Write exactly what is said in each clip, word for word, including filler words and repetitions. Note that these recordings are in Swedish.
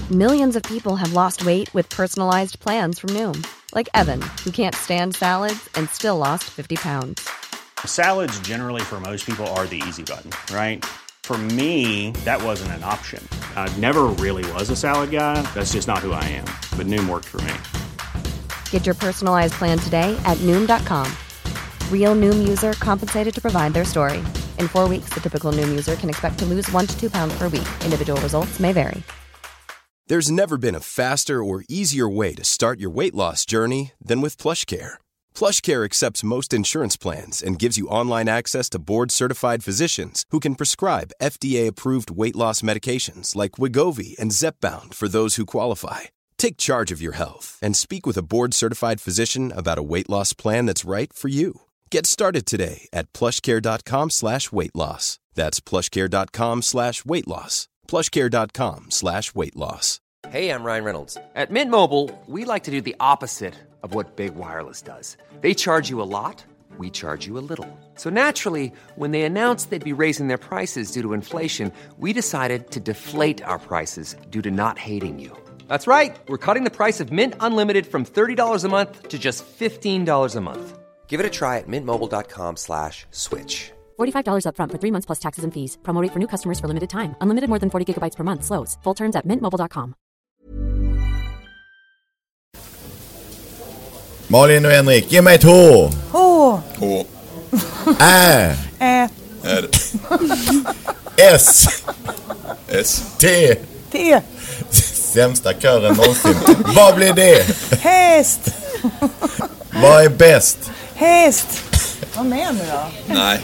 Millions of people have lost weight with personalized plans from Noom. Like Evan, who can't stand salads and still lost fifty pounds. Salads generally for most people are the easy button, right? For me, that wasn't an option. I never really was a salad guy. That's just not who I am. But Noom worked for me. Get your personalized plan today at Noom dot com. Real Noom user compensated to provide their story. In four weeks, the typical Noom user can expect to lose one to two pounds per week. Individual results may vary. There's never been a faster or easier way to start your weight loss journey than with PlushCare. PlushCare accepts most insurance plans and gives you online access to board-certified physicians who can prescribe F D A-approved weight loss medications like Wegovy and Zepbound for those who qualify. Take charge of your health and speak with a board-certified physician about a weight loss plan that's right for you. Get started today at plushcare.com slash weight loss. That's plushcare.com slash weight loss. plushcare.com slash weight loss. Hey, I'm Ryan Reynolds. At Mint Mobile, we like to do the opposite of what Big Wireless does. They charge you a lot, we charge you a little. So naturally, when they announced they'd be raising their prices due to inflation, we decided to deflate our prices due to not hating you. That's right. We're cutting the price of Mint Unlimited from thirty dollars a month to just fifteen dollars a month. Give it a try at mintmobile.com slash switch. forty-five dollars up front for three months plus taxes and fees. Promo rate for new customers for limited time. Unlimited more than forty gigabytes per month. Slows full terms at mint mobile dot com. Malin och Henrik, ge mig ett H. H. H. Ä. Ä. R. S. S. T. T. Sämsta kören någonsin. Vad blir det? Häst. Vad är bäst? Häst. Vad med nu då? Nej.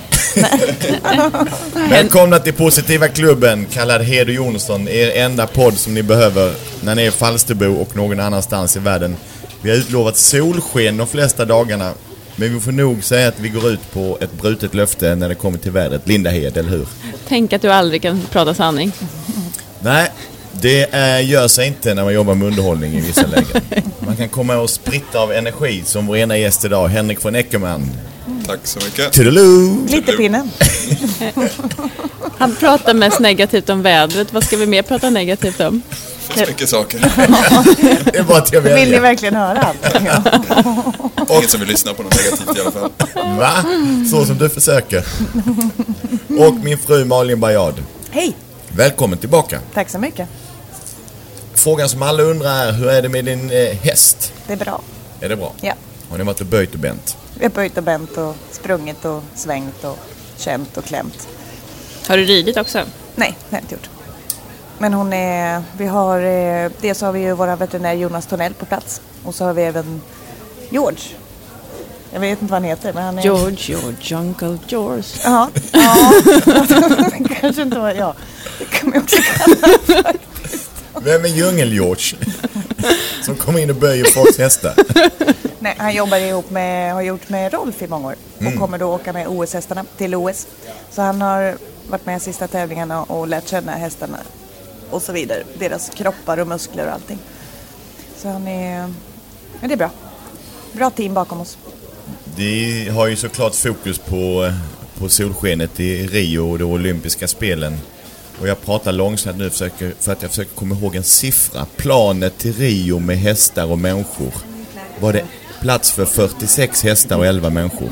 Välkomna till Positiva klubben, kallad Hed och Jonsson. Er enda podd som ni behöver när ni är Falsterbo och någon annanstans i världen. Vi har utlovat solsken de flesta dagarna, men vi får nog säga att vi går ut på ett brutet löfte när det kommer till vädret. Linda Hed, eller hur? Tänk att du aldrig kan prata sanning. Nej, det är, gör sig inte när man jobbar med underhållning i vissa lägen. Man kan komma och spritta av energi som vår ena gäst idag, Henrik von Eckermann. Tack så mycket. Toodaloo! Lite pinnen. Han pratar mest negativt om vädret. Vad ska vi mer prata negativt om? Så mycket saker. Det är bara att jag väljer. Vill ni verkligen höra allt? Och inget som vill lyssna på något negativt i alla fall. Va? Så som du försöker. Och min fru Malin Bajard. Hej. Välkommen tillbaka. Tack så mycket. Frågan som alla undrar är, hur är det med din eh, häst? Det är bra. Är det bra? Ja. Har ni varit och böjt och bänt? Vi har böjt och bänt och sprungit och svängt och känt och klämt. Har du ridit också? Nej, det har jag inte gjort. Men hon är, vi har, dels har vi ju våra veterinär Jonas Tornell på plats. Och så har vi även George. Jag vet inte vad han heter, men han är... George, George, Uncle George. Ja, ja. Kanske inte var, ja. Det kan man också kalla faktiskt. Vem är Djungel-George? Som kommer in och böjer folks hästar. Nej, han jobbar ihop med, har gjort med Rolf i många år. Och mm. kommer då åka med O S-hästarna till O S. Så han har varit med i sista tävlingarna och lärt känna hästarna. Och så vidare. Deras kroppar och muskler och allting. Så han är... Men det är bra. Bra team bakom oss. De har ju såklart fokus på, på solskenet i Rio och de olympiska spelen. Och jag pratar långsamt nu försöker, för att jag försöker komma ihåg en siffra. Planet till Rio med hästar och människor. Var det plats för fyrtiosex hästar och elva människor?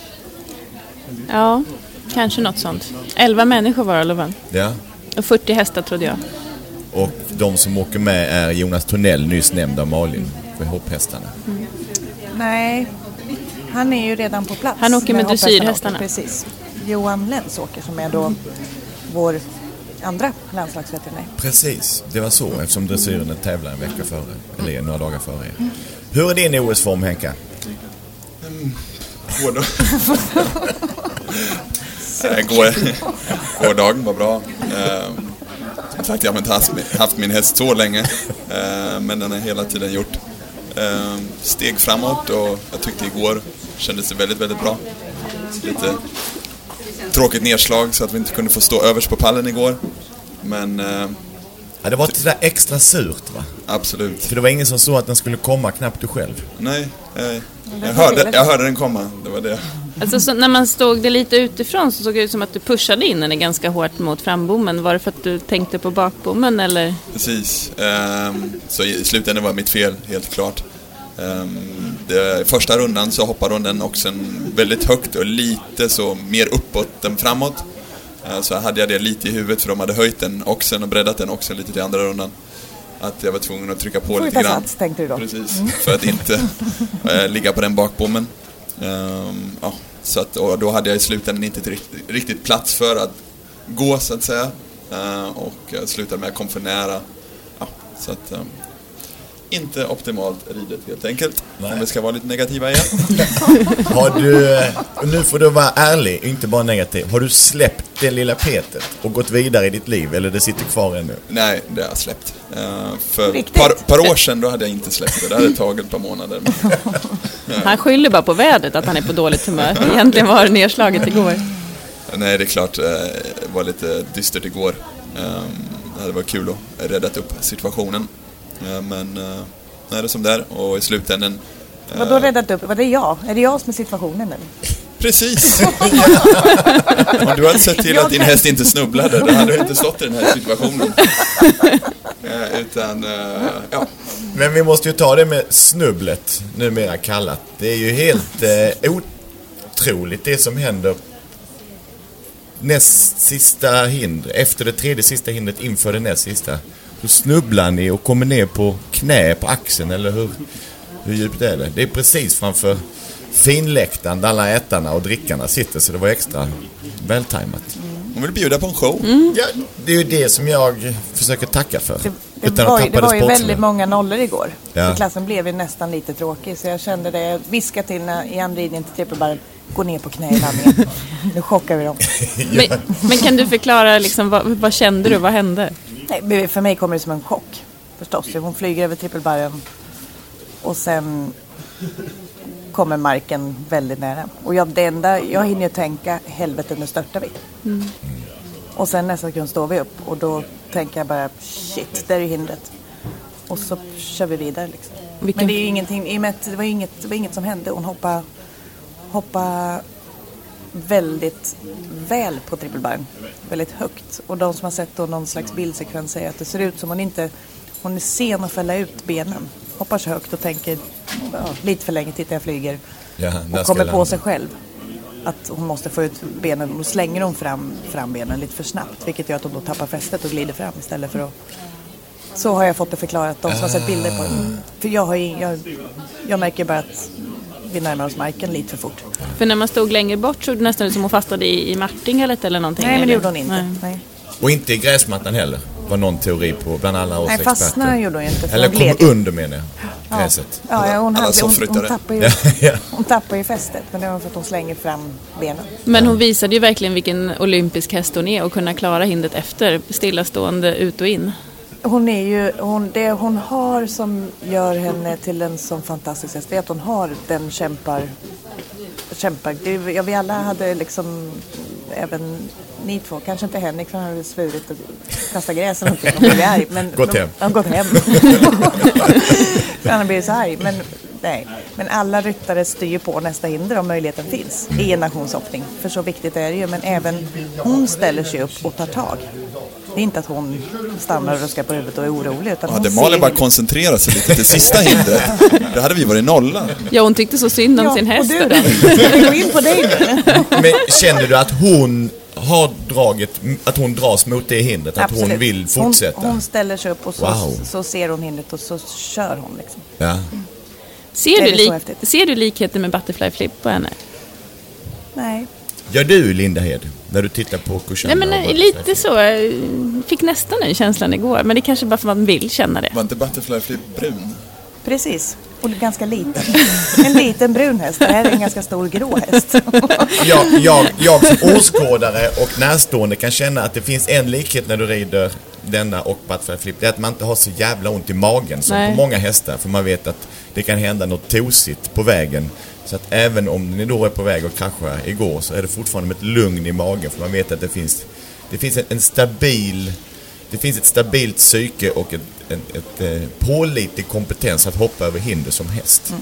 Ja, kanske något sånt. elva människor var det, va? Ja. Och fyrtio hästar trodde jag. Och de som åker med är Jonas Tornell, nyss nämnd av Malin, för hopphästarna. Mm. Nej, han är ju redan på plats. Han åker med, med dressyrhästarna. Precis. Johan Lenz åker som är då vår andra landslagsveterinär. Precis, det var så, eftersom dressyren tävlar en vecka före, eller några dagar före er. Mm. Hur är din O S-form, Henka? Mm, god dag. går, går dag var bra. Uh, jag har inte haft, haft min häst så länge, uh, men den har hela tiden gjort uh, steg framåt, och jag tyckte igår kändes det väldigt, väldigt bra. Lite tråkigt nedslag så att vi inte kunde få stå överst på pallen igår. Men uh, ja, det var det där extra surt, va? Absolut. För det var ingen som såg att den skulle komma, knappt du själv. Nej, eh, jag, hörde, jag hörde den komma. Det var det. Alltså, så när man stod det lite utifrån så såg det ut som att du pushade in den ganska hårt mot frambommen. Var det för att du tänkte på bakbommen eller? Precis. Um, så i slutändan var mitt fel, helt klart. Um, det, första rundan så hoppade hon den också väldigt högt och lite så mer uppåt än framåt. Uh, så hade jag det lite i huvudet för de hade höjt den oxen och breddat den oxen lite till andra rundan. Att jag var tvungen att trycka på Får lite grann. Sats, tänkte du då. Precis, mm. för att inte uh, ligga på den bakbommen. Um, ja, så att, och då hade jag i slutändan inte riktigt, riktigt plats för att gå så att säga. Uh, och uh, slutade med att komma för nära. Ja, så att... Um, inte optimalt ridet helt enkelt. Nej. Om vi ska vara lite negativa igen. Har du, nu får du vara ärlig, inte bara negativ. Har du släppt det lilla petet och gått vidare i ditt liv? Eller det sitter kvar ännu? Nej, det har jag släppt. Uh, för ett par, par år sedan då hade jag inte släppt det. Det hade tagit ett par månader. Ja. Han skyller bara på vädret att han är på dåligt humör. Egentligen var det nedslaget igår. Nej, det är klart. Det var lite dystert igår. Um, det var kul att rädda upp situationen. Ja, men uh, nej, det är som där. Och i slutändan uh, Vad då räddat upp? Var det jag? Är det jag som är situationen eller? Precis. Om du hade sett till att din häst inte snubblade, då hade du inte stått i den här situationen. uh, Utan uh, ja. Men vi måste ju ta det med snubblet, numera kallat. Det är ju helt uh, otroligt det som händer näst sista hinder. Efter det tredje sista hindret inför det näst sista. Då snubblar ni och kommer ner på knä på axeln, eller hur, hur djupt är det? Det är precis framför finläktaren där alla ätarna och drickarna sitter, så det var extra vältajmat. Hon vill bjuda på en show. Mm. Ja, det är ju det som jag försöker tacka för. Det, det utan var, att ju, det var ju väldigt många nollor igår. Ja. Så klassen blev ju nästan lite tråkig, så jag kände det. Jag viskade till när, i anridningen till trippelbarren. Gå ner på knä i landningen. Nu chockar vi dem. Ja. men, men kan du förklara liksom, vad, vad kände du? Vad hände? Nej, för mig kommer det som en chock. Förstås. Hon flyger över trippelbarren. Och sen kommer marken väldigt nära. Och jag, det enda, jag hinner ju tänka, helvete, nu störtar vi. Mm. Och sen nästa sekund står vi upp. Och då tänker jag bara, shit, där är hindret. Och så kör vi vidare liksom. Vilken... Men det är ju ingenting, i och med att det var inget, det var inget som hände. Hon hoppade hoppa väldigt väl på trippelbarren. Väldigt högt. Och de som har sett då någon slags bildsekvens säger att det ser ut som hon inte... Hon är sen att fälla ut benen. Hoppar så högt och tänker ja, lite för länge tittar jag flyger. Ja, och kommer på sig själv att hon måste få ut benen. Och då slänger hon fram, fram benen lite för snabbt. Vilket gör att hon då tappar fästet och glider fram istället för att... Så har jag fått det förklarat. De som har sett bilder på det. För jag, har, jag, jag märker bara att vi närmar oss marken lite för fort. För när man stod längre bort såg det nästan ut som hon fastade i, i martingalet eller någonting. Nej, men det eller? gjorde hon inte. Nej. Nej. Och inte i gräsmattan heller. Var någon teori på bland alla oss Nej, experter. fastnar gjorde hon inte. Eller kom gled. under med det. Gräset. Ja, ja hon, hade, hon, hon, tappar ju, ja. hon tappar ju fästet. Men det var för att hon slänger fram benen. Men hon visade ju verkligen vilken olympisk häst hon är och kunna klara hindret efter stillastående ut och in. Hon är ju, hon, det hon har som gör henne till en sån fantastisk häst är att hon har den kämpar, kämpar. Det, ja, vi alla hade liksom, även ni två, kanske inte Henrik för han hade svurit och kastat gräs och någonting, och blev arg, men gått hem. De, de, gått hem. Han har blivit så arg, men nej. Men alla ryttare styr på nästa hinder om möjligheten finns i en nationshoppning, för så viktigt är det ju, men även hon ställer sig upp och tar tag. Det är inte att hon stannar och ruskar på huvudet och är orolig. Utan ja, hon det Malin bara ju... koncentrerar sig lite till sista hindret. Då hade vi varit nolla. Ja, hon tyckte så synd om ja, sin häst. Och du då? Gå in på dig nu. Men känner du att hon har dragit, att hon dras mot det hindret? Att Absolut. Hon vill fortsätta? Hon, hon ställer sig upp och så, wow. så ser hon hindret och så kör hon liksom. Ja. Mm. Ser, du lik, ser du likheter med Butterfly Flip på henne? Nej. Gör du, Linda Hed, när du tittar på kursen? Nej, men lite så. Jag fick nästan den känslan igår. Men det är kanske bara för att man vill känna det. Var inte Butterfly Flip brun? Precis. Och ganska liten. En liten brun häst. Det här är en ganska stor grå häst. jag, jag, jag som åskådare och närstående kan känna att det finns en likhet när du rider denna och Butterfly Flip. Det är att man inte har så jävla ont i magen som Nej. På många hästar. För man vet att det kan hända något tosigt på vägen. Så att även om ni då är på väg att krascha igår så är det fortfarande med ett lugn i magen. För man vet att det finns, det finns en, en stabil... Det finns ett stabilt psyke och ett, ett, ett, ett pålitlig kompetens att hoppa över hinder som häst. Mm.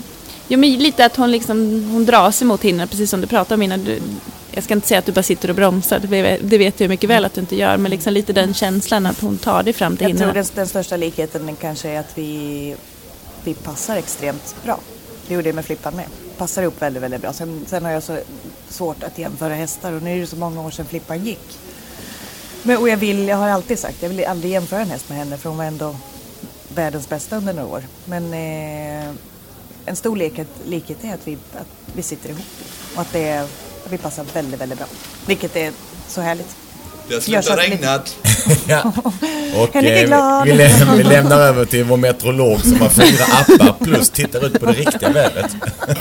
Jo, men lite att hon liksom, hon dras emot hinnan, precis som du pratade om innan. Du, jag ska inte säga att du bara sitter och bromsar, det, det vet jag mycket väl att du inte gör, men liksom lite den känslan att hon tar dig fram till hinnan. Jag tror den, den största likheten kanske är att vi, vi passar extremt bra. Det gjorde det med Flippan med. Passar upp väldigt, väldigt bra. Sen, sen har jag så svårt att jämföra hästar och nu är det så många år sedan Flippan gick. Men, och jag vill, jag har alltid sagt, jag vill aldrig jämföra en häst med henne för hon var ändå världens bästa under några år. Men eh, en stor likhet, likhet är att vi, att vi sitter ihop och att, det är, att vi passar väldigt, väldigt bra. Vilket är så härligt. Det har slutat regnat. Ja. Och eh, vi, läm- vi lämnar över till vår meteorolog som har fyra appar plus tittar ut på det riktiga vädret.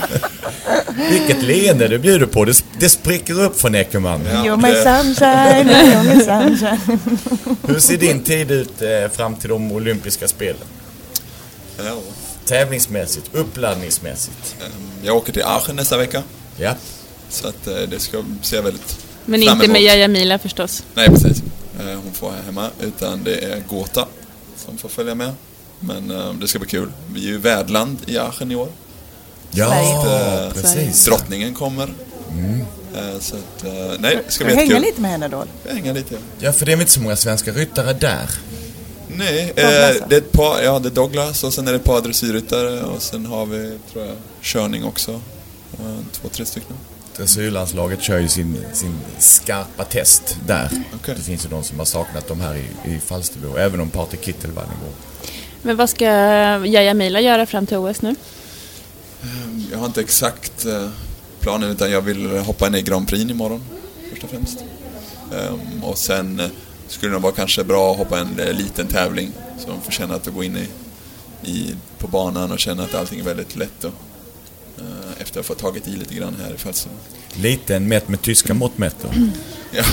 Vilket leende du bjuder på. Det, det spricker upp från Eckermann. Ja, you're my sunshine, you're my sunshine. Hur ser din tid ut eh, fram till de olympiska spelen? Ja. Tävlingsmässigt, uppladdningsmässigt. Jag åker till Aachen nästa vecka. Ja. Så att eh, det ska se väldigt. Men inte med Jaja Mila förstås. Nej, precis. Hon får här hemma. Utan det är Gåta som får följa med. Men um, det ska bli kul. Vi är ju värdland i Aachen i år. Ja, att, uh, precis. Drottningen kommer. Mm. Uh, så att, uh, nej, det ska bli hänga kul. lite med henne då? Hänga lite, ja. Ja, för det är inte så många svenska ryttare där. Nej, uh, det är ett par, ja, det är Douglas och sen är det ett par dressyrryttare. Och sen har vi, tror jag, körning också. Uh, två, tre stycken. Dressyrlandslaget kör ju sin, sin skarpa test där. Okay. Det finns ju de som har saknat dem här i, i Falsterbo, även om Party Kittel vann igår. Men vad ska Jaja Mila göra fram till O S nu? Jag har inte exakt planen, utan jag vill hoppa in i Grand Prix imorgon först och främst. Um, och sen skulle det vara kanske bra att hoppa en liten tävling som får känna att gå in i, i, på banan och känna att allting är väldigt lätt och efter att få tagit i lite grann här i Falsterbo. Liten mätt med tyska måttmätter. Ja.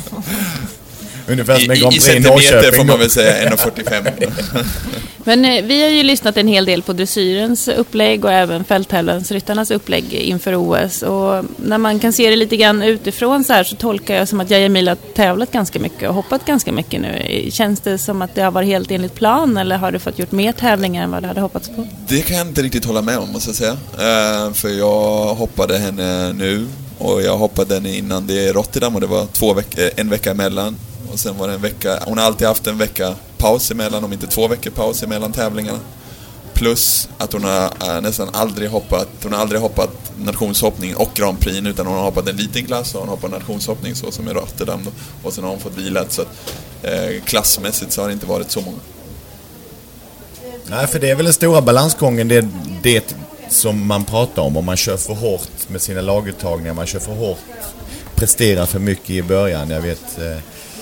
Ungefär som I, Grand i, Prix i centimeter Norrköping får man väl säga en komma fyrtiofem. Men eh, vi har ju lyssnat en hel del på dressyrens upplägg och även fälttävlansryttarnas upplägg inför O S. Och när man kan se det lite grann utifrån så här så tolkar jag som att Jaja Mila har tävlat ganska mycket och hoppat ganska mycket nu. Känns det som att det har varit helt enligt plan eller har du fått gjort mer tävlingar än vad du hade hoppats på? Det kan jag inte riktigt hålla med om, måste jag säga. Uh, för jag hoppade henne nu och jag hoppade henne innan det i Rotterdam och det var två veck- en vecka emellan. Och sen var det en vecka, hon har alltid haft en vecka paus emellan, om inte två veckor paus emellan tävlingarna. Plus att hon har äh, nästan aldrig hoppat, hon har aldrig hoppat nationshoppning och Grand Prix, utan hon har hoppat en liten klass och hon har hoppat nationshoppning så som i Rotterdam då. Och sen har hon fått vilat, så att eh, klassmässigt så har det inte varit så många. Nej, för det är väl den stora balansgången, det är det som man pratar om. Om man kör för hårt med sina laguttagningar, man kör för hårt, presterar för mycket i början. Jag vet... Eh,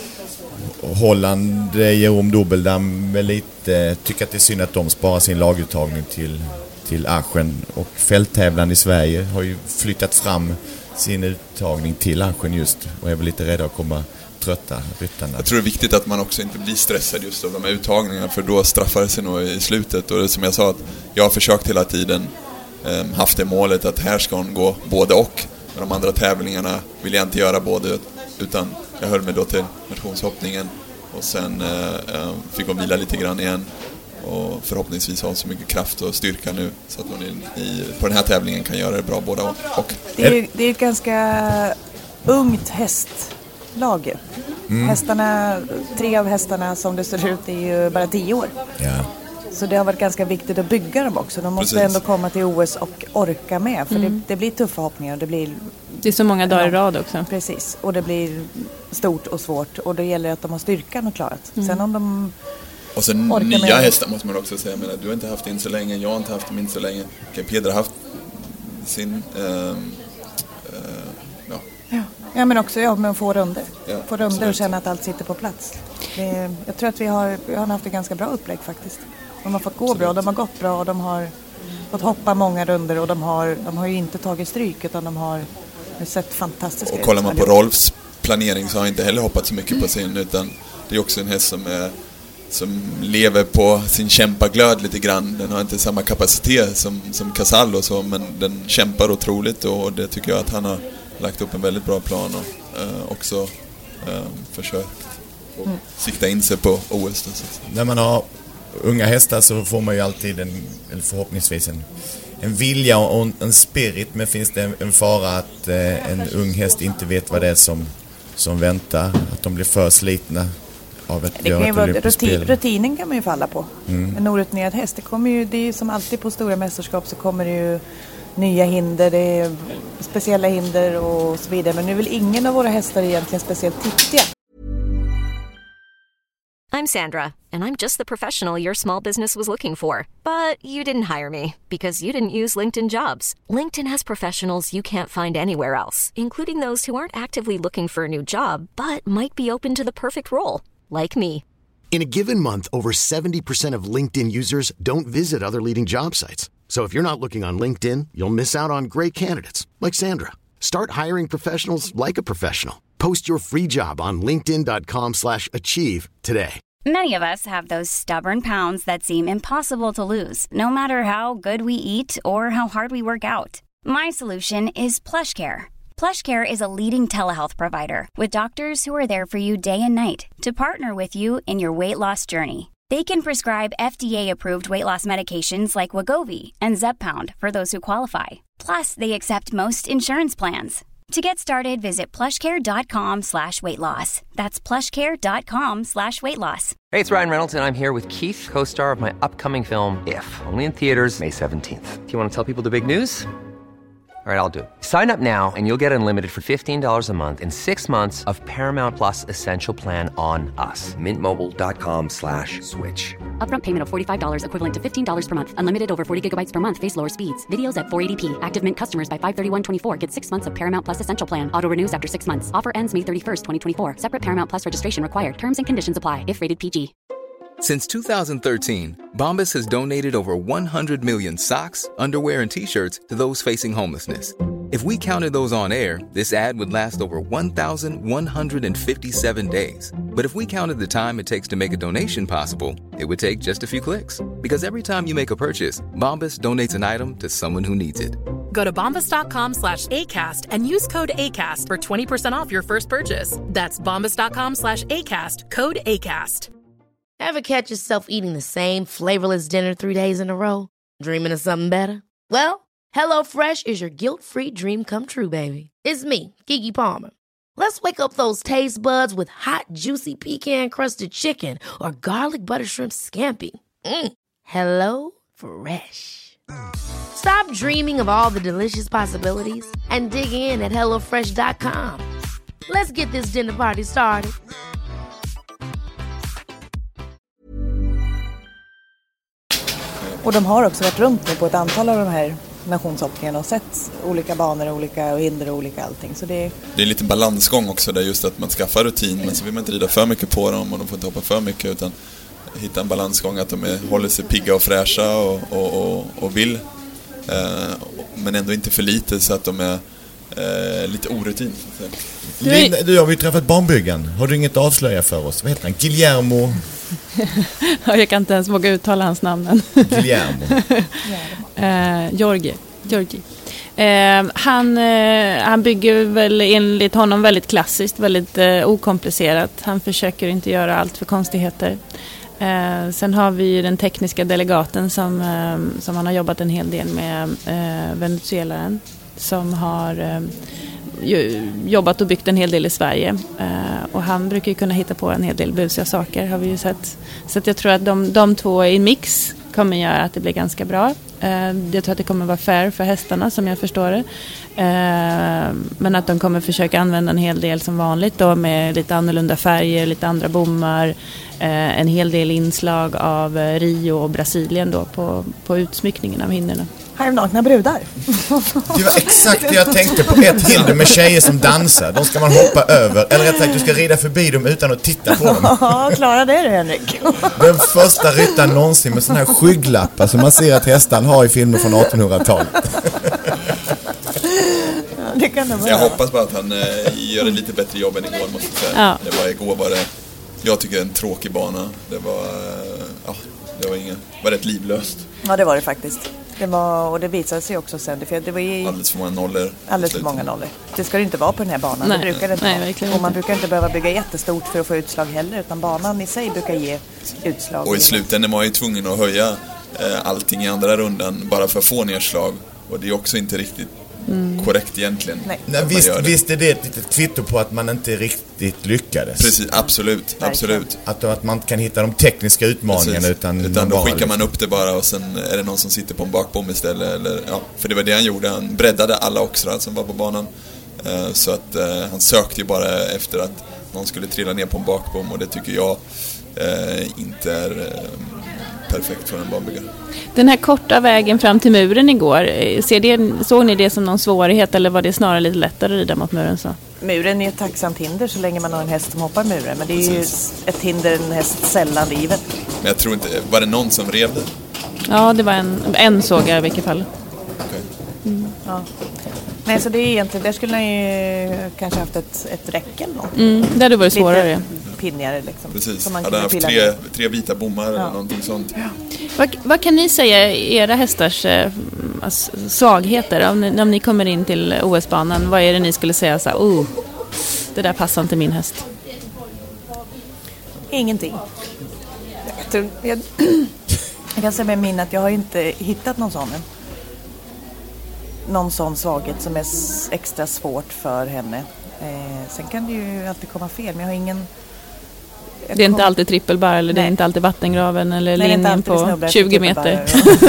Holland, Jerome Dobeldam väl lite, tycker att det är synd att de sparar sin laguttagning till, till Aachen, och fälttävlan i Sverige har ju flyttat fram sin uttagning till Aachen just och är väl lite rädda att komma trötta ryttarna. Jag tror det är viktigt att man också inte blir stressad just av de här uttagningarna, för då straffar det sig nog i slutet. Och det, som jag sa, att jag har försökt hela tiden eh, haft det målet att här ska hon gå både och. Men de andra tävlingarna vill jag inte göra både, utan jag höll mig då till nationshoppningen och sen eh, fick hon vila lite grann igen och förhoppningsvis ha så mycket kraft och styrka nu så att hon i, i, på den här tävlingen kan göra det bra båda och. och. Det är, det är ett ganska ungt hästlag. Mm. Hästarna, tre av hästarna som det ser ut är ju bara tio år. Ja. Så det har varit ganska viktigt att bygga dem också. De måste Precis. ändå komma till O S och orka med. För mm. det, det blir tuffa hoppningar. Det, blir, det är så många dagar i rad också. Precis. Och det blir stort och svårt. Och det gäller att de har styrkan och klarat. Mm. Sen om de och sen nya med... hästar måste man också säga. Men du har inte haft in så länge. Jag har inte haft dem in så länge. Peder har haft sin... Uh, uh, ja. Ja. ja, men också ja, men få runder. Ja, få runder och känna att allt sitter på plats. Det, jag tror att vi har, vi har haft ett ganska bra upplägg faktiskt. De har fått gå bra, de har gått bra och de har fått hoppa många runder och de har, de har ju inte tagit stryk utan de har sett fantastiska ut. Och kollar man på Rolfs planering så har han inte heller hoppat så mycket på sin, utan det är också en häst som, är, som lever på sin kämpaglöd lite grann. Den har inte samma kapacitet som, som Casall och så, men den kämpar otroligt och det tycker jag att han har lagt upp en väldigt bra plan och eh, också eh, försökt att mm. sikta in sig på O S. När man har unga hästar så får man ju alltid en, eller förhoppningsvis en, en vilja och en, en spirit, men finns det en, en fara att eh, en ung häst inte vet vad det är som, som väntar, att de blir för slitna av ett, det kan ju vara rutin, rutinen kan man ju falla på. Mm. En orutinerad häst, det kommer ju, det är ju som alltid på stora mästerskap så kommer det ju nya hinder, det är speciella hinder och så vidare, men nu är väl ingen av våra hästar egentligen speciellt tidiga. I'm Sandra, and I'm just the professional your small business was looking for. But you didn't hire me because you didn't use LinkedIn Jobs. LinkedIn has professionals you can't find anywhere else, including those who aren't actively looking for a new job, but might be open to the perfect role, like me. In a given month, over seventy percent of LinkedIn users don't visit other leading job sites. So if you're not looking on LinkedIn, you'll miss out on great candidates, like Sandra. Start hiring professionals like a professional. Post your free job on linkedin.com slash achieve today. Many of us have those stubborn pounds that seem impossible to lose, no matter how good we eat or how hard we work out. My solution is PlushCare. PlushCare is a leading telehealth provider with doctors who are there for you day and night to partner with you in your weight loss journey. They can prescribe F D A-approved weight loss medications like Wegovy and Zepbound for those who qualify. Plus, they accept most insurance plans. To get started, visit plushcare.com slash weight loss. That's plushcare.com slash weight loss. Hey, it's Ryan Reynolds, and I'm here with Keith, co-star of my upcoming film, If, only in theaters May seventeenth. Do you want to tell people the big news? All right, I'll do it. Sign up now and you'll get unlimited for fifteen dollars a month and six months of Paramount Plus Essential Plan on us. Mint Mobile dot com slash switch. Upfront payment of forty-five dollars equivalent to fifteen dollars per month. Unlimited over forty gigabytes per month. Face lower speeds. Videos at four eighty p. Active Mint customers by five thirty-one twenty-four get six months of Paramount Plus Essential Plan. Auto renews after six months. Offer ends May thirty-first, twenty twenty-four. Separate Paramount Plus registration required. Terms and conditions apply if rated P G. Since two thousand thirteen, Bombas has donated over one hundred million socks, underwear, and T-shirts to those facing homelessness. If we counted those on air, this ad would last over one thousand one hundred fifty-seven days. But if we counted the time it takes to make a donation possible, it would take just a few clicks. Because every time you make a purchase, Bombas donates an item to someone who needs it. Go to bombas.com slash ACAST and use code ACAST for twenty percent off your first purchase. That's bombas.com slash ACAST, code ACAST. Ever catch yourself eating the same flavorless dinner three days in a row? Dreaming of something better? Well, HelloFresh is your guilt-free dream come true, baby. It's me, Keke Palmer. Let's wake up those taste buds with hot, juicy pecan-crusted chicken or garlic butter shrimp scampi. Mm. Hello Fresh. Stop dreaming of all the delicious possibilities and dig in at hello fresh dot com. Let's get this dinner party started. Och de har också varit runt nu på ett antal av de här nationshoppningarna och sett olika banor, olika hinder och olika allting. Så det... det är lite balansgång också där, just att man skaffar rutin, men så vill man inte rida för mycket på dem och de får inte hoppa för mycket, utan hitta en balansgång att de är, håller sig pigga och fräscha och, och, och, och vill. Eh, men ändå inte för lite så att de är eh, lite orutin. Lina, du har ju träffat barnbyggen. Har du inget avslöja för oss? Vad heter han? Guillermo? Jag kan inte ens våga uttala hans namn. Guillermo. eh, Georgi. Georgi. Eh, han, eh, han bygger väl enligt honom väldigt klassiskt, väldigt eh, okomplicerat. Han försöker inte göra allt för konstigheter. Eh, sen har vi den tekniska delegaten som, eh, som han har jobbat en hel del med, eh, venezuelaren, som har eh, jobbat och byggt en hel del i Sverige. Eh, och han brukar ju kunna hitta på en hel del busiga saker, har vi ju sett. Så att jag tror att de, de två i mix kommer göra att det blir ganska bra. Eh, jag tror att det kommer vara fair för hästarna, som jag förstår det. Eh, men att de kommer försöka använda en hel del som vanligt då, med lite annorlunda färger, lite andra bommar, eh, en hel del inslag av eh, Rio och Brasilien då på, på utsmyckningen av hinderna. Halvnakna brudar. Det var exakt det jag tänkte på. Ett hinder med tjejer som dansar. De ska man hoppa över. Eller rätt sagt, du ska rida förbi dem utan att titta på dem. Ja, klara det du, Henrik. Den första ryttaren någonsin med såna här skygglappar som man ser att hästan har i filmer från artonhundratalet. Ja, det kan det vara. Jag hoppas bara att han eh, gör ett lite bättre jobb än igår, måste jag säga. Ja. Det var igår var det, jag tycker en tråkig bana. Det var, eh, ja, det var ingen, var rätt livlöst. Ja, det var det faktiskt. Det var, och det visade sig också sen. För det var ju alldeles för många nollor. Alldeles för många nollor. Det ska det inte vara på den här banan. Nej, det brukar det inte nej, vara. verkligen Och man inte. brukar inte behöva bygga jättestort för att få utslag heller. Utan banan i sig brukar ge utslag. Och i slutändan var jag ju tvungen att höja eh, allting i andra rundan bara för att få nedslag. Och det är också inte riktigt mm. korrekt egentligen. Nej. Nej, visst, visst är det ett litet kvitto på att man inte riktigt lyckades. Precis, absolut, absolut. Att, att man kan hitta de tekniska utmaningarna Precis. utan, utan då skickar liksom. man upp det bara och sen är det någon som sitter på en bakbom istället. Eller, ja, för det var det han gjorde, han breddade alla oxrar som var på banan. Uh, så att uh, han sökte ju bara efter att någon skulle trilla ner på en bakbom, och det tycker jag uh, inte är uh, perfekt för en banbyggare. Den här korta vägen fram till muren igår, ser det, såg ni det som någon svårighet eller var det snarare lite lättare att rida mot muren? Så? Muren är ett tacksamt hinder så länge man har en häst som hoppar muren, men det är Precis. ju ett hinder en häst sällan river. Men jag tror inte, var det någon som rev det? Ja, det var en, en såg jag i vilket fall. Okay. Mm. Ja. Nej, så det är egentligen, där skulle man ju kanske haft ett, ett räcke eller något. Mm, det hade varit svårare. Lite pinnigare liksom. Precis, man hade haft tre, tre vita bommar ja. eller någonting sånt. Ja. Vad, vad kan ni säga era hästars eh, svagheter om ni, om ni kommer in till O S-banan? Vad är det ni skulle säga så här, oh, det där passar inte min häst? Ingenting. Jag, tror, jag, jag kan säga med min att jag har inte hittat någon sån än. Någon sån svaghet som är extra svårt för henne. Eh, sen kan det ju alltid komma fel, men jag har ingen... Jag det är kom... inte alltid trippelbar eller Nej. Det är inte alltid vattengraven eller Nej, linjen på tjugo meter.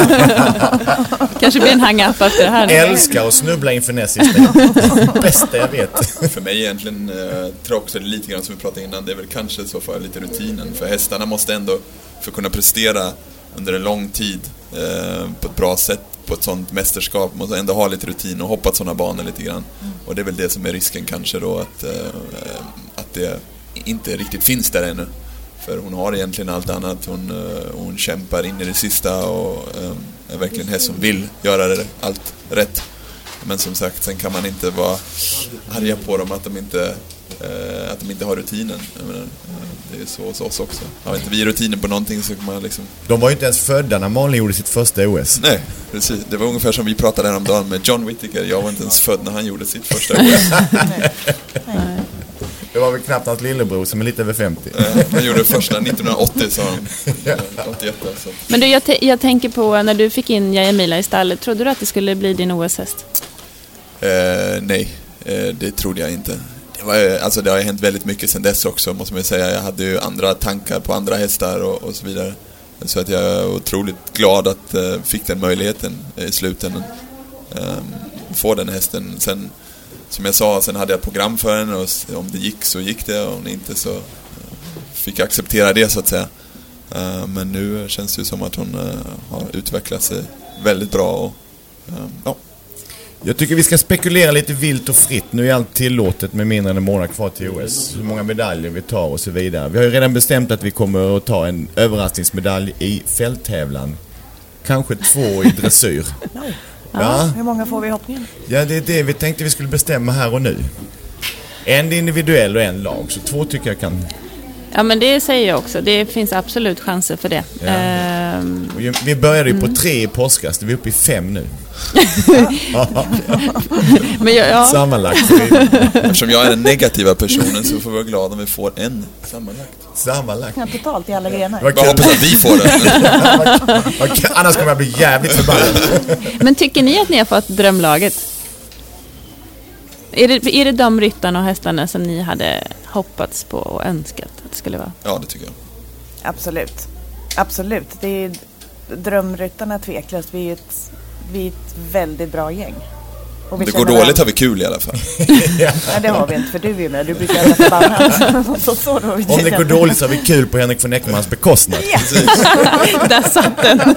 Kanske blir en hang-up efter det här. Jag älskar att snubbla inför nästa bästa jag vet. För mig egentligen, eh, tror jag också det är lite grann som vi pratade innan, det är väl kanske så för lite rutinen. För hästarna måste ändå, för att kunna prestera under en lång tid eh, på ett bra sätt, på ett sånt mästerskap, måste ändå ha lite rutin och hoppa sådana banor lite grann. Mm. Och det är väl det som är risken kanske då, att, eh, att det inte riktigt finns där ännu. För hon har egentligen allt annat. Hon, eh, hon kämpar in i det sista och eh, är verkligen en häst som vill göra det, allt rätt. Men som sagt, sen kan man inte vara arga på dem att de inte, eh, att de inte har rutinen. Jag menar, det är så hos oss också. Har inte vi rutinen på någonting så kan man liksom... De var ju inte ens födda när Malin gjorde sitt första O S. Nej, precis. Det var ungefär som vi pratade om dagen med John Whittaker. Jag var inte ens född när han gjorde sitt första O S. Nej. Nej. Det var väl knappt hans lillebror som är lite över femtio. Ja, han gjorde första nittonhundraåttio, sa han. åttioett, alltså. Men du, jag, t- jag tänker på när du fick in Jajamila i stallet. Trodde du att det skulle bli din O S-häst? Eh, nej, eh, det trodde jag inte. Det, var, alltså, det har hänt väldigt mycket sedan dess också, måste man säga. Jag hade ju andra tankar på andra hästar och, och så vidare. Så att jag är otroligt glad att jag eh, fick den möjligheten i slutändan. Eh, få den hästen. Sen, som jag sa, sen hade jag ett program för den och om det gick så gick det, och om det inte så fick jag acceptera det, så att säga. Uh, men nu känns det ju som att hon uh, har utvecklat sig väldigt bra och, uh, ja. Jag tycker vi ska spekulera lite vilt och fritt. Nu är allt tillåtet med mindre än en månad kvar till O S. Hur många medaljer vi tar och så vidare. Vi har ju redan bestämt att vi kommer att ta en överraskningsmedalj i fälttävlan. Kanske två i dressyr. Ja, ja. Hur många får vi i hoppningen? Ja, det är det vi tänkte vi skulle bestämma här och nu. En individuell och en lag, så två tycker jag kan... Ja, men det säger jag också. Det finns absolut chanser för det. Ja. Ehm... Vi började ju mm. på tre i påskast. Vi är uppe i fem nu. men jag, ja. Sammanlagt. Eftersom jag är den negativa personen så får vi vara glada om vi får en sammanlagt. Sammanlagt. Ja, totalt i alla grenar. Jag hoppas att vi får det. Annars kommer jag bli jävligt förbannad. Men tycker ni att ni har fått drömlaget? Är det, är det de ryttarna och hästarna som ni hade hoppats på och önskat att det skulle vara? Ja, det tycker jag. Absolut. Absolut. Det är drömryttarna tveklöst. Vi är ett, vi är ett väldigt bra gäng. Om det går dåligt har vi kul i alla fall. Ja, det har vi inte, för du är ju med. Du brukar vara förbannad. så, så då Om det går dåligt så har vi kul på Henrik von Eckermans bekostnad. Ja. Där satt den.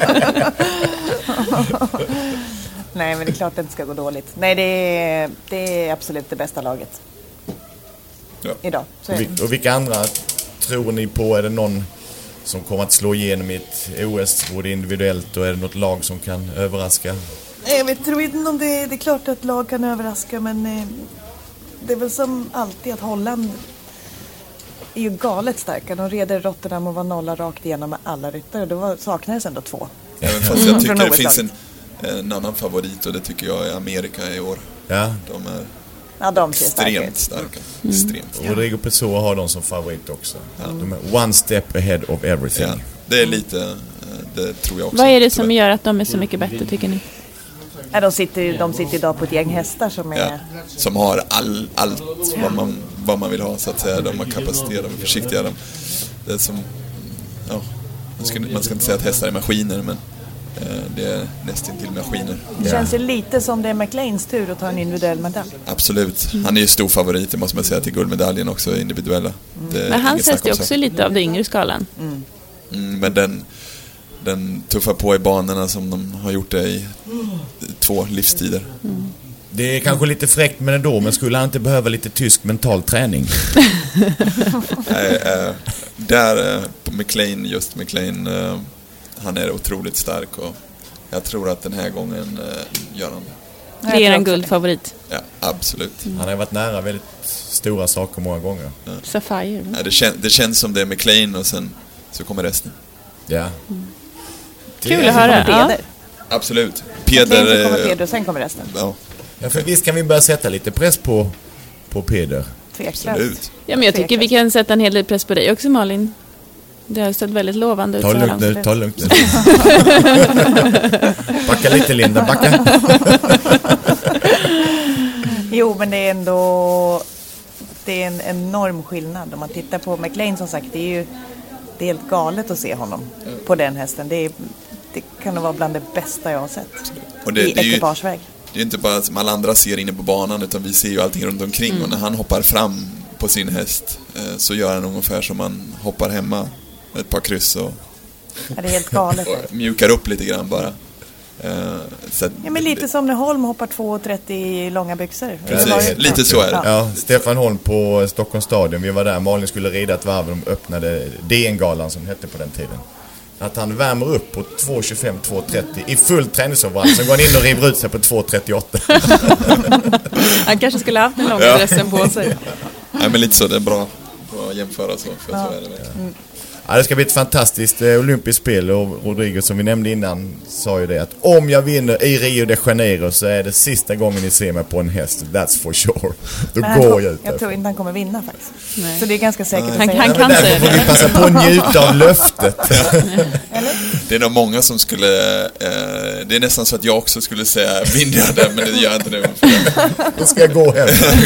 Nej, men det är klart att det inte ska gå dåligt. Nej, det är, det är absolut det bästa laget. Ja. Idag. Så och, vil- och vilka andra tror ni på? Är det någon som kommer att slå igenom i ett O S både individuellt, och är det något lag som kan överraska? Jag vet, tror inte om det, det är klart att lag kan överraska, men eh, det är väl som alltid att Holland är ju galet starka. De reder Rotterdam och var nolla rakt igenom med alla ryttare. Då saknades ändå två. Även fast jag tycker det finns en, en annan favorit, och det tycker jag är Amerika i år. Ja. De är ja, de extremt starka. Mm. Extremt. Och Rodrigo Pessoa har dem som favorit också. Ja. De är one step ahead of everything. Ja, det är lite, det tror jag också. Vad är det som gör att de är så mycket bättre, tycker ni? Ja, de, sitter, de sitter idag på ett gäng hästar som är... Ja, som har all, allt vad man, vad man vill ha, så att säga. De har kapacitet, de är försiktiga. De, det är som, ja, man, ska, man ska inte säga att hästar är maskiner, men eh, det är nästan till maskiner. Det känns ju lite som det är McLeans tur att ta en individuell medalj. Absolut. Han är ju stor favorit, det måste man säga, till guldmedaljen också, individuella. Mm. Men han sätter ju också lite av det yngre skalan. Mm. Mm, men den, den tuffar på i banorna som de har gjort det i två livstider. Mm. Det är kanske lite fräckt men ändå, men skulle han inte behöva lite tysk mental träning? Nej, äh, där äh, på McLean, just McLean, äh, han är otroligt stark och jag tror att den här gången äh, gör han det. Det är en guldfavorit. Ja, absolut. Mm. Han har varit nära väldigt stora saker många gånger. Ja. Sapphire. Ja, det, kän, det känns som det är McLean och sen så kommer resten. Ja. Mm. Kul att höra. Ja. Absolut. Peder, McLean så kommer Peder och sen kommer resten. Ja. Ja, för visst kan vi börja sätta lite press på, på Peder. Absolut. Ja, men jag tycker vi kan sätta en hel del press på dig också, Malin. Det har sett väldigt lovande ut. Ta lugnt nu, ta lugnt nu. Backa lite, Linda, backa. Jo, men det är ändå det är en enorm skillnad. Om man tittar på McLean, som sagt, det är ju det är helt galet att se honom på den hästen. Det, är, det kan nog vara bland det bästa jag har sett och det, i det är ekipageväg. Det är inte bara som alla andra ser inne på banan, utan vi ser ju allting runt omkring. Mm. Och när han hoppar fram på sin häst eh, så gör han ungefär som man hoppar hemma ett par kryss och, ja, det är helt galet. och mjukar upp lite grann bara. Eh, så ja, men lite det, som när Holm hoppar två trettio i långa byxor. Precis, lite så är det. Ja, Stefan Holm på Stockholms stadion, vi var där, Malin skulle rida ett varv, de öppnade D N-galan som hette på den tiden. Att han värmer upp på två tjugofem två trettio i full träningsoverall. Så går han in och river ut sig på två trettioåtta. Han kanske skulle ha haft en lång dressen på sig. Nej, men lite så, det är bra, bra att jämföra så. För ja. Så är det verkligen. Mm. Ja, det ska bli ett fantastiskt eh, olympiskt spel, och Rodrigo, som vi nämnde innan, sa ju det att om jag vinner i Rio de Janeiro så är det sista gången ni ser mig på en häst. That's for sure. Då men går tror, jag ut. Jag tror inte han kommer vinna faktiskt. Nej. Så det är ganska säkert han, att han säga. kan ja, därför får vi passa på att njuta av löftet. Det är nog många som skulle eh, det är nästan så att jag också skulle säga vinner jag det, men det gör jag inte nu. Då ska jag gå hem.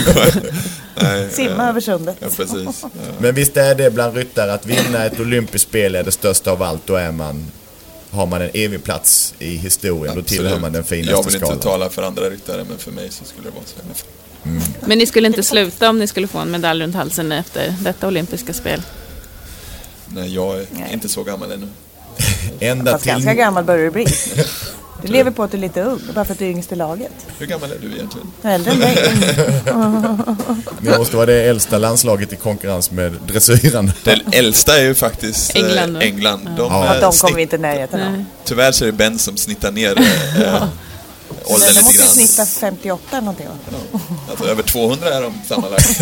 Nej, simma äh, över sundet. Ja, precis. Ja. Men visst är det bland ryttare att vinna ett olympiskt spel är det största av allt. Då är man, har man en evig plats i historien. Absolut. Då tillhör man den finaste skalan. Jag vill inte tala för andra ryttare, men för mig så skulle det vara så. Mm. Men ni skulle inte sluta om ni skulle få en medalj runt halsen efter detta olympiska spel? Nej, jag är Nej. inte så gammal ännu. Ända Fast till... ganska gammal börjar du bli. Du lever på att du är lite ung, bara för att du är yngst i laget. Hur gammal är du egentligen? Äldre än dig. Det måste vara det äldsta landslaget i konkurrens med dressyran. Det äldsta är ju faktiskt England. Eh, England. De, ja. de kommer vi inte närheten av. Tyvärr så är det Ben som snittar ner eh, ja. åldern lite grann. De måste snitta femtioåtta eller någonting. Ja. Alltså över tvåhundra är de sammanlagt.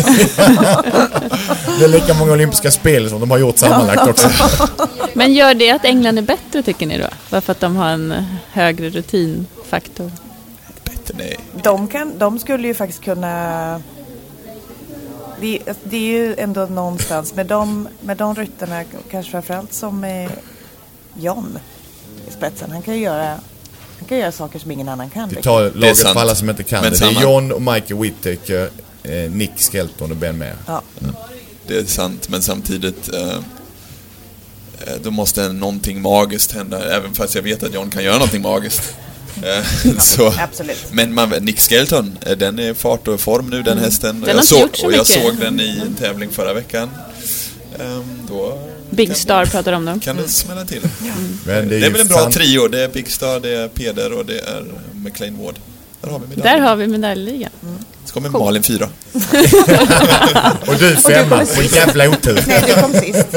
Det är lika många olympiska spel som de har gjort sammanlagt också. Men gör det att England är bättre, tycker ni då? Varför att de har en högre rutinfaktor? Bättre, nej. De, kan, de skulle ju faktiskt kunna... Det, det är ju ändå någonstans med de, med de ryttarna, kanske framförallt som är John i spetsen. Han kan ju göra... Han kan göra saker som ingen annan kan. Vi tar laget för alla som inte kan men det. Det är John och Michael Whittaker, eh, Nick Skelton och Ben Maher. Ja. Mm. Det är sant, men samtidigt eh, då måste någonting magiskt hända. Även fast jag vet att John kan göra någonting magiskt. Eh, så. Absolut. Men man, Nick Skelton, den är fart och form nu, den mm. hästen. Den jag såg, så och jag såg den i en tävling förra veckan. Eh, då Big Star pratar om dem. Kan det smälla till. Mm. Men det är, det är väl en bra fan... trio. Det är Big Star, det är Peder och det är McLean Ward. Där har vi medalj. Där har vi medaljligan. Mm. Så kommer cool. Malin fyra. Och du femma. Och jävla otur. Nej, du kom sist.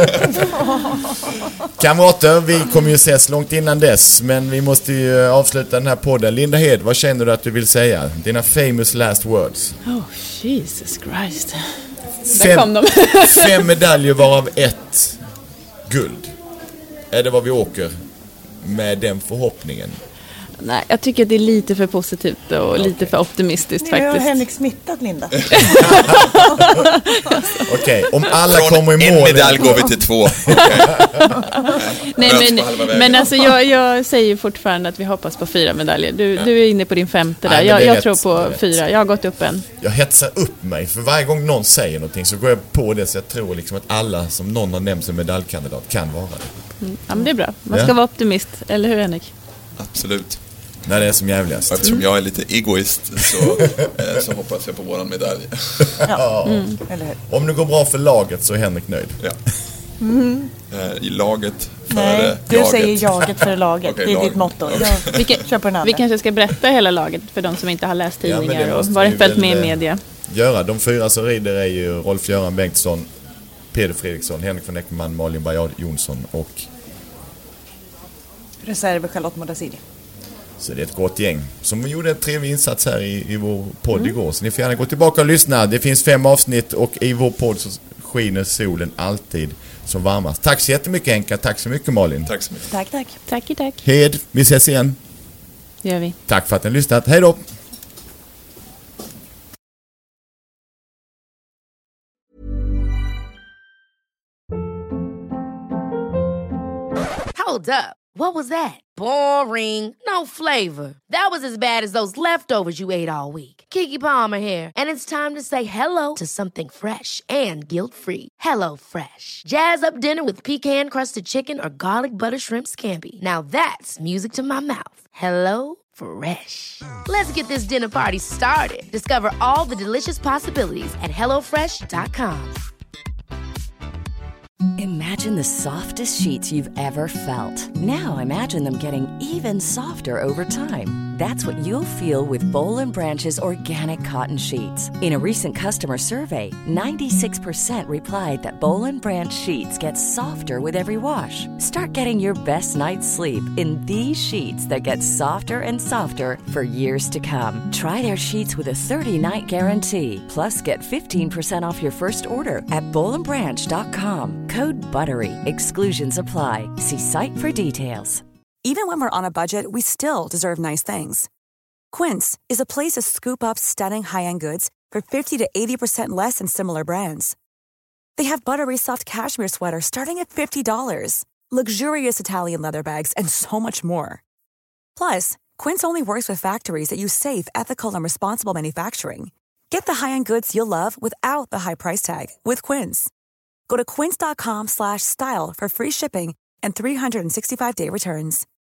Kamrater, vi kommer ju ses långt innan dess. Men vi måste ju avsluta den här podden. Linda Hed, vad känner du att du vill säga? Dina famous last words. Oh, Jesus Christ. Fem, Där kom de. fem medaljer varav ett guld. Är det vad vi åker med den förhoppningen? Nej, jag tycker att det är lite för positivt och okay. lite för optimistiskt nu faktiskt. Nu har Henrik smittat Linda. Okej, okay, om alla Från kommer i mål... en medalj går vi till två. Okay. Nej, men, men alltså jag, jag säger fortfarande att vi hoppas på fyra medaljer. Du, ja. du är inne på din femte där. Nej, jag jag rätt, tror på fyra. Jag har gått upp en. Jag hetsar upp mig. För varje gång någon säger någonting så går jag på det. Så jag tror liksom att alla som någon har nämnt som medaljkandidat kan vara det. Mm. Ja, men det är bra. Man ska ja. vara optimist. Eller hur, Henrik? Absolut. När det är som jävligast. Eftersom mm. jag är lite egoist så, eh, så hoppas jag på våran medalj. Ja. Mm. Om det går bra för laget så är Henrik nöjd. Ja. Mm. Eh, I laget för Nej, du jaget. säger jaget för laget. Okay, det är lag. Ditt motto. Okay. Ja. Vi, kan, vi kanske ska berätta hela laget för de som inte har läst tidningar ja, och varit följt med i media. Göra. De fyra som rider är ju Rolf-Göran Bengtsson, Peder Fredriksson, Henrik von Eckermann, Malin Bajard Jonsson och reserv Charlotte Modasili. Så det är ett gott gäng som gjorde en trevlig insats här i, i vår podd mm. igår. Så ni får gärna gå tillbaka och lyssna. Det finns fem avsnitt och i vår podd så skiner solen alltid som varmast. Tack så jättemycket Henka. Tack så mycket Malin. Tack så mycket. Tack, tack. Tack, tack. Hed, vi ses igen. Det gör vi. Tack för att ni har lyssnat. Hej då! Hold up. What was that? Boring. No flavor. That was as bad as those leftovers you ate all week. Keke Palmer here, and it's time to say hello to something fresh and guilt-free. Hello Fresh. Jazz up dinner with pecan-crusted chicken or garlic butter shrimp scampi. Now that's music to my mouth. Hello Fresh. Let's get this dinner party started. Discover all the delicious possibilities at hello fresh dot com. Imagine the softest sheets you've ever felt. Now imagine them getting even softer over time. That's what you'll feel with Boll and Branch's organic cotton sheets. In a recent customer survey, ninety-six percent replied that Boll and Branch sheets get softer with every wash. Start getting your best night's sleep in these sheets that get softer and softer for years to come. Try their sheets with a thirty-night guarantee. Plus, get fifteen percent off your first order at boll and branch dot com. Code BUTTERY. Exclusions apply. See site for details. Even when we're on a budget, we still deserve nice things. Quince is a place to scoop up stunning high-end goods for fifty to eighty percent less than similar brands. They have buttery soft cashmere sweaters starting at fifty dollars, luxurious Italian leather bags, and so much more. Plus, Quince only works with factories that use safe, ethical, and responsible manufacturing. Get the high-end goods you'll love without the high price tag with Quince. Go to quince dot com slash style for free shipping and three sixty-five day returns.